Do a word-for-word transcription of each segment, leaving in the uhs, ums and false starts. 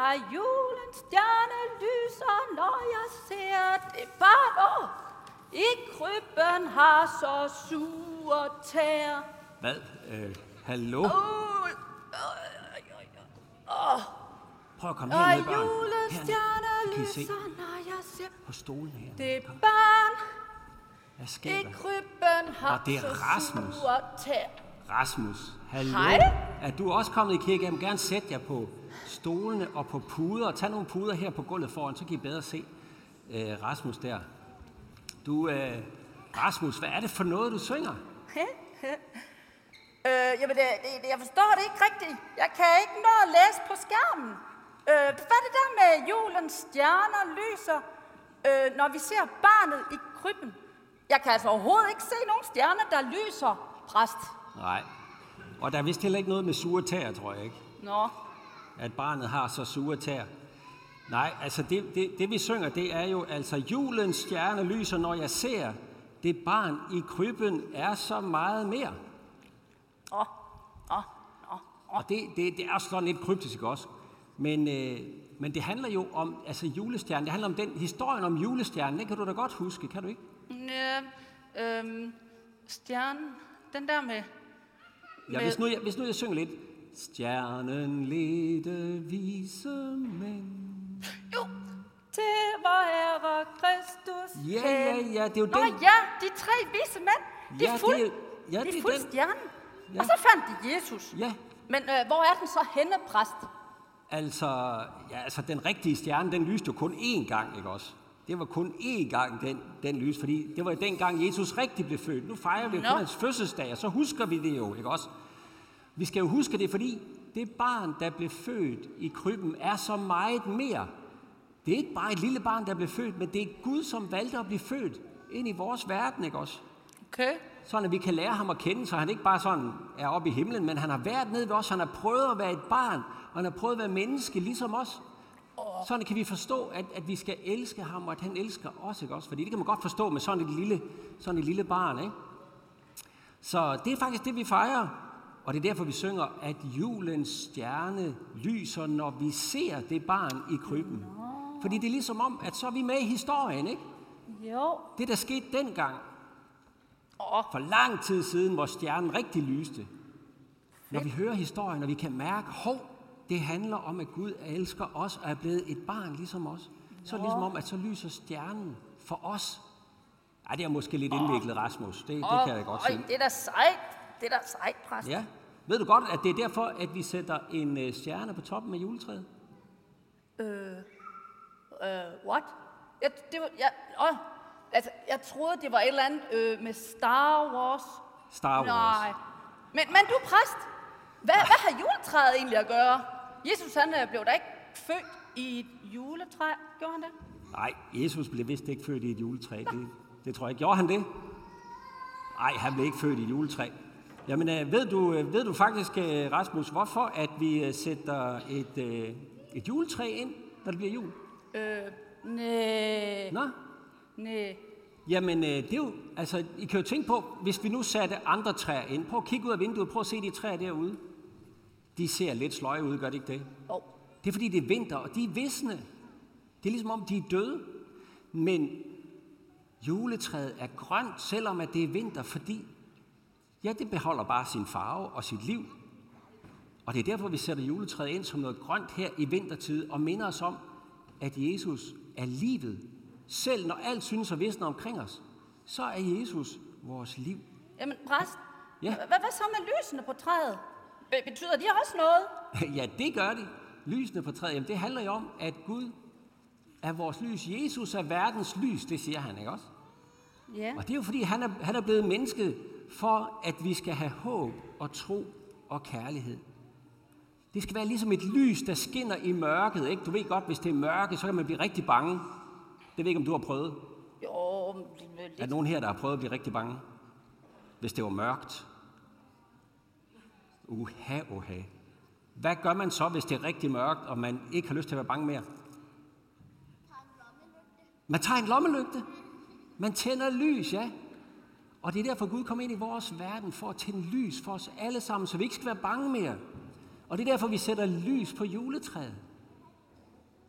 at julens stjerne lyser, når jeg ser det barn i krybben har så sure tær. Hvad? Øh, hallo? Uh, uh, uh, uh, uh. Prøv at komme herned, børn. Og julens stjerne Kan I se? lyser, når jeg ser På stolen her. det Kom. barn Hvad i sker der? krybben har Og det er så Rasmus. sure tær. Rasmus, hallo? Hej. Er du også kommet i kirke? Jeg vil gerne sætte jer på stolene og på puder. Tag nogle puder her på gulvet foran, så kan I bedre se øh, Rasmus der. Du, øh, Rasmus, hvad er det for noget, du synger? øh, jamen, det, det, jeg forstår det ikke rigtigt. Jeg kan ikke nå at læse på skærmen. Øh, hvad er det der med julens stjerner lyser, øh, når vi ser barnet i krybben? Jeg kan altså overhovedet ikke se nogen stjerner, der lyser, præst. Nej. Og der er vist heller ikke noget med sure tæer, tror jeg ikke. Nå. At barnet har så sure tæer. Nej, altså det, det, det vi synger, det er jo altså julens stjerne lyser, når jeg ser det barn i krybben er så meget mere. Åh, åh, åh, åh. Og det, det, det er også sådan lidt kryptisk også. Men, øh, men det handler jo om altså julestjernen. Det handler om den historien om julestjernen. Det kan du da godt huske, kan du ikke? Ja, øhm, stjernen, den der med... Ja, hvis nu, jeg, hvis nu jeg synger lidt. Stjernen ledte vise mænd. Jo, det var Herre Kristus. Ja, ja, ja, det er jo Nå den. ja, de tre vise mænd. De Ja, er fuld, det er- ja, de det er er fuld den. stjernen. Ja. Og så fandt de Jesus. Ja, Men øh, hvor er den så henne, præst? altså, ja, altså den rigtige stjerne, den lyste jo kun én gang, ikke også? Det var kun én gang, den, den lyste, fordi det var jo dengang Jesus rigtig blev født. Nu fejrer vi jo Nå. kun hans fødselsdag, og så husker vi det jo, ikke også? Vi skal jo huske det, fordi det barn, der blev født i krybben, er så meget mere. Det er ikke bare et lille barn, der blev født, men det er Gud, som valgte at blive født ind i vores verden, ikke også? Okay. Sådan, at vi kan lære ham at kende, så han ikke bare sådan er oppe i himlen, men han har været nede ved os, han har prøvet at være et barn, og han har prøvet at være menneske, ligesom os. Sådan kan vi forstå, at, at vi skal elske ham, og at han elsker os, ikke også? Fordi det kan man godt forstå med sådan et lille, sådan et lille barn, ikke? Så det er faktisk det, vi fejrer. Og det er derfor, vi synger, at julens stjerne lyser, når vi ser det barn i krybben. Fordi det er ligesom om, at så er vi med i historien, ikke? Jo. Det, der skete dengang, Åh, for lang tid siden, hvor stjernen rigtig lyste. Når vi hører historien, og vi kan mærke, hov, det handler om, at Gud elsker os og er blevet et barn ligesom os. Så er det ligesom om, at så lyser stjernen for os. Ej, det er måske lidt indviklet, Rasmus. Det, det kan jeg godt øj, se. det er da sejt. Det er da sejt, præst. Ja. Ved du godt, at det er derfor, at vi sætter en øh, stjerne på toppen af juletræet? Øh, what? Jeg, det var, jeg, åh, altså, jeg troede, det var et eller andet øh, med Star Wars. Star Wars. Nej. Men, men du, præst, hvad, hvad har juletræet egentlig at gøre? Jesus, han øh, blev da ikke født i et juletræ, gjorde han det? Nej, Jesus blev vist ikke født i et juletræ. Det, det tror jeg ikke. Gjorde han det? Nej, han blev ikke født i et juletræ. Jamen, øh, ved, du, øh, ved du faktisk, øh, Rasmus, hvorfor at vi øh, sætter et, øh, et juletræ ind, når det bliver jul? Øh, næh, Nå? næh. Jamen, øh, det er jo, altså, I kan jo tænke på, hvis vi nu satte andre træer ind. Prøv at kigge ud af vinduet, prøv at se de træer derude. De ser lidt sløje ud, gør det ikke det? Oh. Det er fordi, det er vinter, og de er visne. Det er ligesom om, de er døde. Men juletræet er grønt, selvom at det er vinter, fordi ja, det beholder bare sin farve og sit liv. Og det er derfor, vi sætter juletræet ind som noget grønt her i vintertid, og minder os om, at Jesus er livet. Selv når alt synes at visne omkring os, så er Jesus vores liv. Jamen, præst, Ja. hvad, hvad så med lysene på træet? Be- Betyder de også noget? Ja, det gør de. Lysene på træet, jamen, det handler jo om, at Gud er vores lys. Jesus er verdens lys, det siger han, ikke også? Ja. Og det er jo fordi, han er, han er blevet menneske for, at vi skal have håb og tro og kærlighed. Det skal være ligesom et lys, der skinner i mørket, ikke? Du ved godt, hvis det er mørke, så kan man blive rigtig bange. Det ved jeg ikke, om du har prøvet. Jo, Er lidt. der nogen her, der har prøvet at blive rigtig bange? Hvis det var mørkt? Uha, uha. Hvad gør man så, hvis det er rigtig mørkt, og man ikke har lyst til at være bange mere? Man tager en lommelygte. Man tænder lys, ja. Og det er derfor, Gud kom ind i vores verden, for at tænde lys for os alle sammen, så vi ikke skal være bange mere. Og det er derfor, vi sætter lys på juletræet.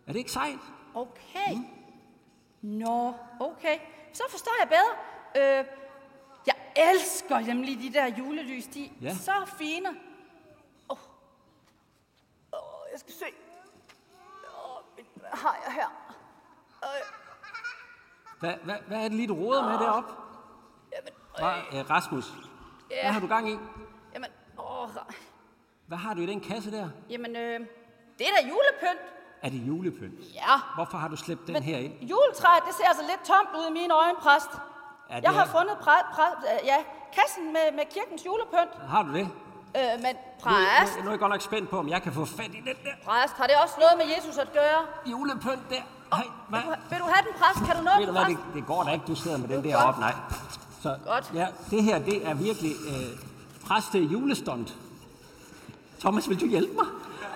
Er det ikke sejt? Okay. Mm. Nå, okay. Så forstår jeg bedre. Øh, jeg elsker nemlig de der julelys. De er Ja. så fine. Åh, oh. oh, jeg skal se. Oh, hvad har jeg her? Øh. Hvad, hvad, hvad er det lige, du roder med deroppe? Jamen, Hva, øh, Rasmus, ja. hvad har du gang i? Jamen, åh. Hvad har du i den kasse der? Jamen, øh, det er da julepynt. Er det julepynt? Ja. Hvorfor har du slæbt den Men her ind? juletræet, det ser altså lidt tomt ud i mine øjne, præst. Er det Jeg har er- fundet præ, præ, øh, ja, kassen med, med kirkens julepynt. Har du det? Øh, men Nu, præst, nu, nu er jeg godt nok spændt på, om jeg kan få fat i den der præst, har det også noget med Jesus at gøre? julepynt der. Nej, hvad? Vil du, vil du have den, præst? Kan du nå Ved den, du hvad, præst? det, det går da ikke, du sidder med den Det der er op. Nej. Så, Godt. ja, det her, det er virkelig øh, præste julestund. Thomas, vil du hjælpe mig?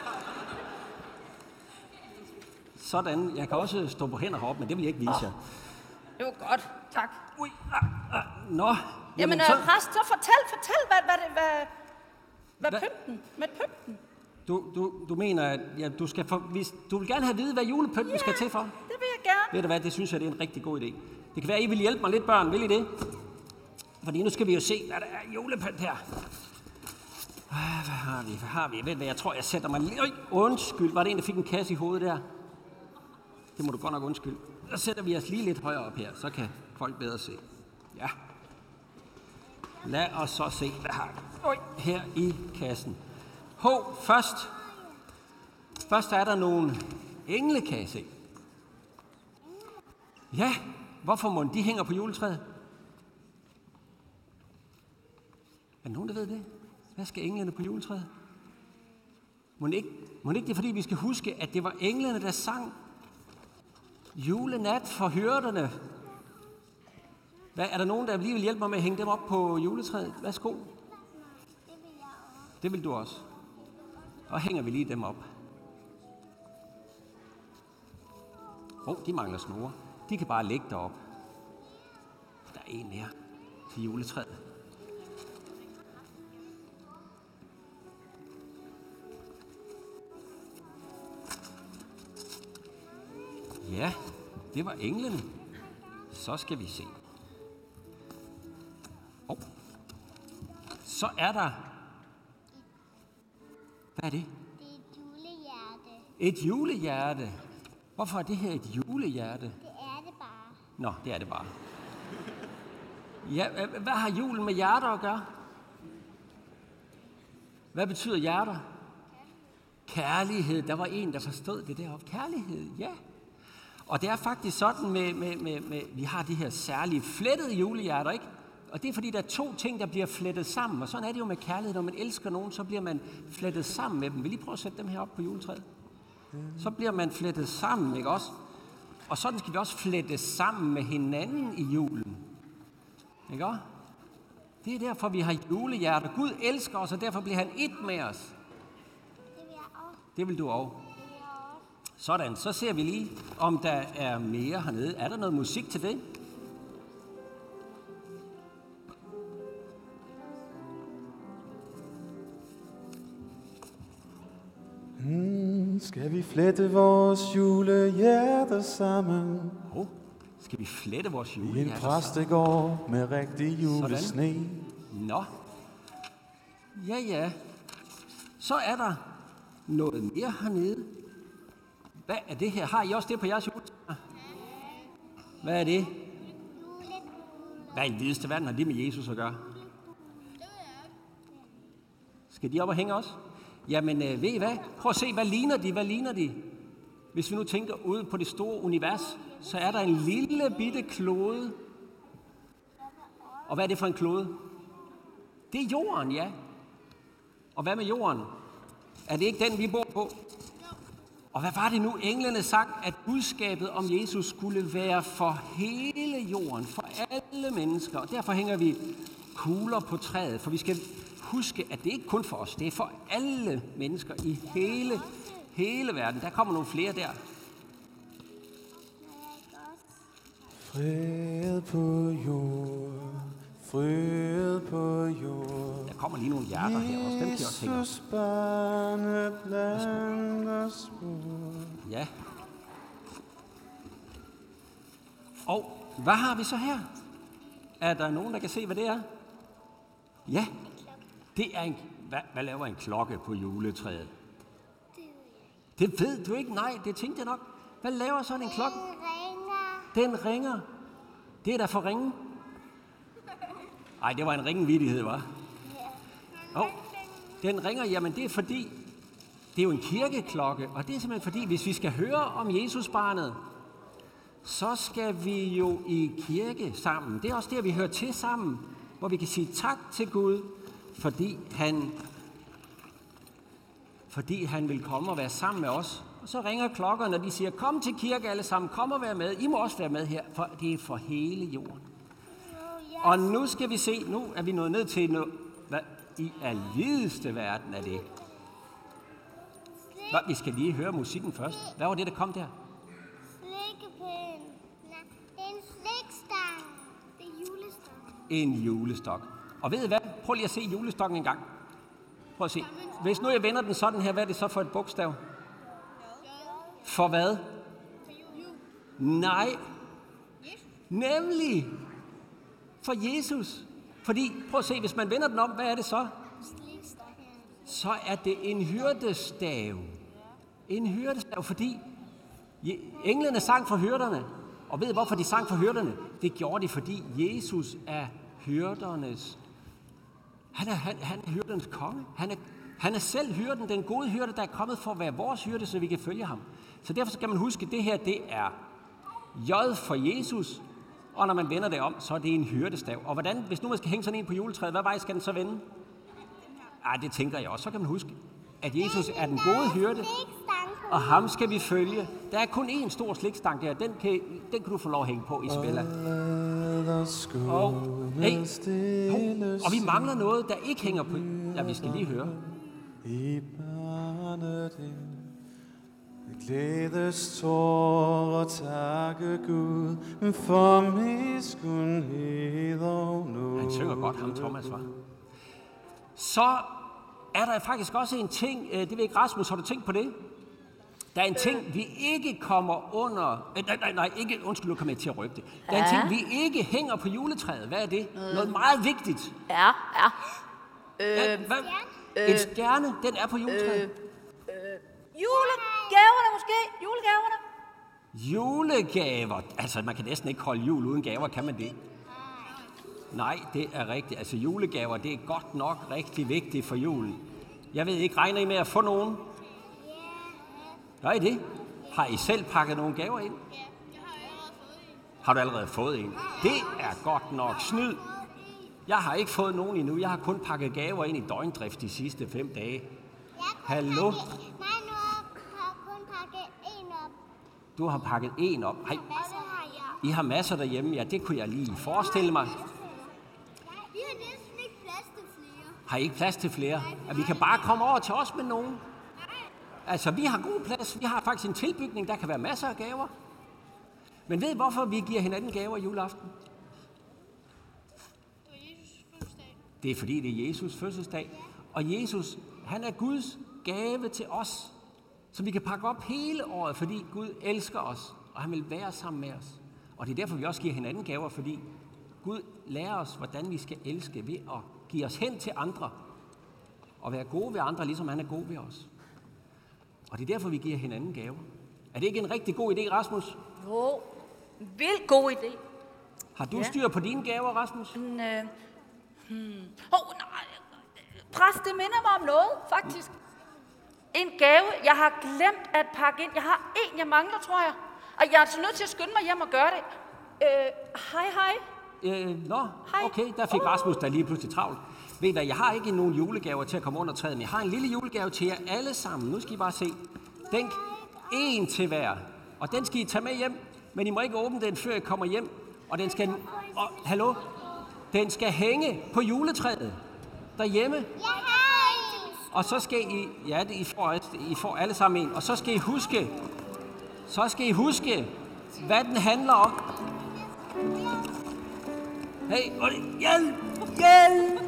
Sådan, jeg kan også stå på hænder heroppe, men det vil jeg ikke vise jer. Det var godt, tak. Ui, ah, ah, nå. Jamen, så, øh, præst, så fortæl, fortæl, hvad, hvad, det, hvad, hvad Hvad? pynten, med pynten. du, du, du mener, at ja, du, skal for, hvis, du vil gerne have at vide, hvad julepynten skal til for? Det vil jeg gerne. Ved du hvad, det synes jeg, det er en rigtig god idé. Det kan være, I vil hjælpe mig lidt, børn. Vil I det? Fordi nu skal vi jo se, hvad der er julepynt her. Ah, hvad har vi? Hvad har vi? Jeg ved hvad, jeg tror, jeg sætter mig lige... Øj, undskyld, var det en, der fik en kasse i hovedet der? Det må du godt nok undskylde. Så sætter vi os lige lidt højere op her, så kan folk bedre se. Ja. Lad os så se, hvad har vi Øj, her i kassen. Hov, først. Først er der nogle engle, kan jeg se. Ja, hvorfor må de hænger på juletræet? Er der nogen, der ved det? Hvad skal englene på juletræet? Må ikke, må ikke det er, fordi vi skal huske, at det var englene, der sang julenat for hyrderne. Hvad, er der nogen, der lige vil hjælpe mig med at hænge dem op på juletræet? Værsgo. Det vil du også. Og hænger vi lige dem op. Åh, oh, de mangler snore. De kan bare ligge derop. Der er en mere til juletræet. Ja, det var englene. Så skal vi se. Oh. Så er der... Hvad er det? Det er et julehjerte. Et julehjerte. Hvorfor er det her et julehjerte? Det er det bare. Nå, det er det bare. Ja, hvad har julen med hjerter at gøre? Hvad betyder hjerter? Kærlighed. Der var en, der forstod det deroppe. Kærlighed, ja. Og det er faktisk sådan med, med, med, med, vi har de her særlige flettede julehjerter, ikke? Og det er fordi, der er to ting, der bliver flettet sammen. Og sådan er det jo med kærlighed. Når man elsker nogen, så bliver man flettet sammen med dem. Vil I prøve at sætte dem her op på juletræet? Så bliver man flettet sammen, ikke også? Og sådan skal vi også flette sammen med hinanden i julen. Ikke også? Det er derfor, vi har julehjerter. Gud elsker os, og derfor bliver han et med os. Det vil jeg også. Det vil du også. Det vil jeg også. Sådan, så ser vi lige, om der er mere hernede. Er der noget musik til det? Mm, skal vi flette vores julehjerter sammen Oh, skal vi flette vores i en julehjerter sammen? præstegård med rigtig julesne? Nå. Ja, ja. Så er der noget mere hernede. Hvad er det her? Har I også det på jeres juletræ? Hvad er det? Hvad i den videste verden har det med Jesus at gøre? Skal de op og hænge også? Jamen, øh, ved I hvad? Prøv at se, hvad ligner de? Hvad ligner de? Hvis vi nu tænker ud på det store univers, så er der en lille bitte klode. Og hvad er det for en klode? Det er jorden, ja. Og hvad med jorden? Er det ikke den, vi bor på? Og hvad var det nu, englene sagt, at budskabet om Jesus skulle være for hele jorden, for alle mennesker. Og derfor hænger vi kugler på træet, for vi skal huske, at det ikke kun for os, det er for alle mennesker i hele, hele verden. Der kommer nogle flere der. Fred på jord, fred på jord. Der kommer lige nogle hjerter her også, dem kan jeg også hænge op. Jesus barnet blandt os små. Ja, Og hvad har vi så her? Er der nogen, der kan se, hvad det er? Ja, det er en... Hvad, hvad laver en klokke på juletræet? Det ved du ikke? Nej, det tænkte jeg nok. Hvad laver sådan en klokke? Den ringer. Den ringer. Det er da for ringen. Nej, det var en ringevittighed, hva'? Åh, oh, den ringer, jamen det er fordi, det er jo en kirkeklokke, og det er simpelthen fordi, hvis vi skal høre om Jesusbarnet, så skal vi jo i kirke sammen. Det er også der, vi hører til sammen, hvor vi kan sige tak til Gud, fordi han, fordi han vil komme og være sammen med os. Og så ringer klokkerne, og de siger, kom til kirke alle sammen, kom og vær med. I må også være med her, for det er for hele jorden. Og nu skal vi se, nu er vi nået ned til noget, hvad i alvideste verden er det? Hvad, vi skal lige høre musikken først. Hvad var det, der kom der? Slikkepind. Nej, det er en slikstang. Det er julestok. En julestok. Og ved I hvad? Prøv lige at se julestokken en gang. Prøv at se. Hvis nu jeg vender den sådan her, hvad er det så for et bogstav? For hvad? Nej. Nemlig for Jesus. Fordi, prøv at se, hvis man vender den om, hvad er det så? Så er det en hyrdestav. En hyrdestav, fordi englene sang for hyrderne. Og ved I, hvorfor de sang for hyrderne? Det gjorde de, fordi Jesus er hyrdernes. Han er, han, han er hyrdernes konge. Han er, han er selv hyrden, den gode hyrde, der er kommet for at være vores hyrde, så vi kan følge ham. Så derfor skal man huske, at det her, det er J for Jesus. Og når man vender det om, så er det en hyrdestav. Og hvordan, hvis nu man skal hænge sådan en på juletræet, hvad vej skal den så vende? Ej, det tænker jeg også. Så kan man huske, at Jesus er den gode hyrde, og ham skal vi følge. Der er kun én stor slikstang der. Den kan, den kan du få lov at hænge på, Isabella. Og, hey, og vi mangler noget, der ikke hænger på. Ja, vi skal lige høre. I barnet glædes tårer takke Gud for miskunnhed og nåde. Han synger godt, ham Thomas, var. Så er der faktisk også en ting, det ved ikke, Rasmus, har du tænkt på det? Der er en ting, vi ikke kommer under... Nej, nej, nej, ikke, undskyld, nu kommer jeg til at røbe det. Der er en ting, vi ikke hænger på juletræet. Hvad er det? Noget meget vigtigt. Ja, ja. Øh, ja hvad? En stjerne, den er på juletræet. Øh, øh, julegaverne måske? Julegaverne? Julegaver. Altså, man kan næsten ikke holde jul uden gaver, kan man det? Nej, det er rigtigt. Altså, julegaver, det er godt nok rigtig vigtigt for julen. Jeg ved ikke, regner I med at få nogen? Gør I det? Har I selv pakket nogle gaver ind? Har du allerede fået en? Det er godt nok snyd. Jeg har ikke fået nogen endnu. Jeg har kun pakket gaver ind i døgndrift de sidste fem dage. Hallo? Nej, nu har kun pakket en op. Du har pakket en op. Hej. Og det har jeg. I har masser derhjemme. Ja, det kunne jeg lige forestille mig. Vi har næsten ikke plads til flere. Har I ikke plads til flere? At vi kan bare komme over til os med nogen. Altså, vi har god plads. Vi har faktisk en tilbygning, der kan være masser af gaver. Men ved I, hvorfor vi giver hinanden gaver i juleaften? Det var Jesus' fødselsdag. Det er fordi, det er Jesus' fødselsdag. Og Jesus, han er Guds gave til os, som vi kan pakke op hele året, fordi Gud elsker os, og han vil være sammen med os. Og det er derfor, vi også giver hinanden gaver, fordi Gud lærer os, hvordan vi skal elske ved at give os hen til andre, og være gode ved andre, ligesom han er god ved os. Og det er derfor, vi giver hinanden gaver. Er det ikke en rigtig god idé, Rasmus? Jo, vildt god idé. Har du Ja. styr på dine gaver, Rasmus? En, øh, hmm. oh, nej. Præst, det minder mig om noget, faktisk. En gave, jeg har glemt at pakke ind. Jeg har en, jeg mangler, tror jeg. Og jeg er altså nødt til at skynde mig hjem og gøre det. Øh, hej, hej. Øh, nå, Hej. okay, der fik Rasmus da lige pludselig travlt. Ved I hvad, jeg har ikke nogen julegaver til at komme under træet, men jeg har en lille julegave til jer alle sammen. Nu skal I bare se. Den en til hver. Og den skal I tage med hjem, men I må ikke åbne den, før I kommer hjem. Og den skal... Og, hallo? Den skal hænge på juletræet derhjemme. Jeg har en. Og så skal I... Ja, det, I, får, I får alle sammen en. Og så skal I huske... Så skal I huske, hvad den handler om. Hey, hjælp! Hjælp!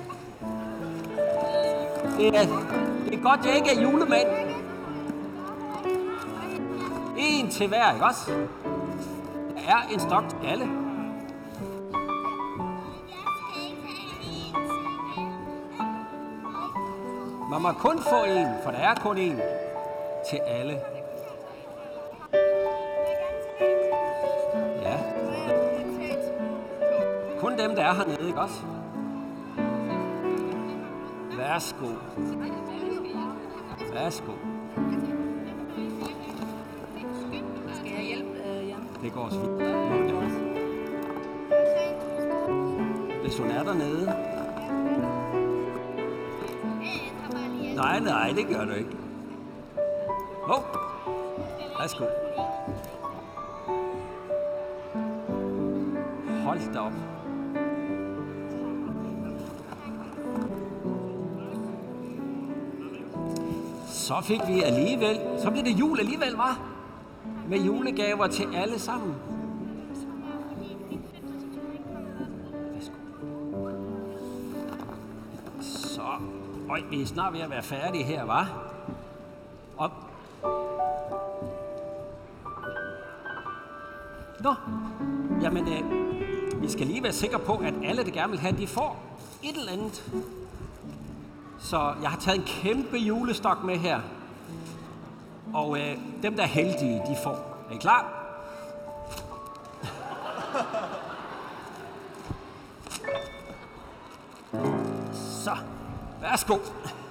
Det er, det er godt, jeg ikke er julemand. En til hver, ikke også? er en stok til alle. Man må kun få en, for der er kun en til alle. Ja. Kun dem, der er hernede, ikke også? Værsgo. Værsgo. Skal jeg hjælpe, øh, Jan? Det går også fint. Hvis hun er dernede. Nej, nej, det gør du ikke. Hov. Værsgo. Hold da op. Så fik vi alligevel, så blev det jul alligevel, hva'? Med julegaver til alle sammen. Så, øj, vi er snart ved at være færdige her, hva'? Og... Nå, jamen, øh, vi skal lige være sikre på, at alle, der gerne vil have, de får et eller andet. Så jeg har taget en kæmpe julestok med her. Og øh, dem, der er heldige, de får. Er I klar? Så, værsgo.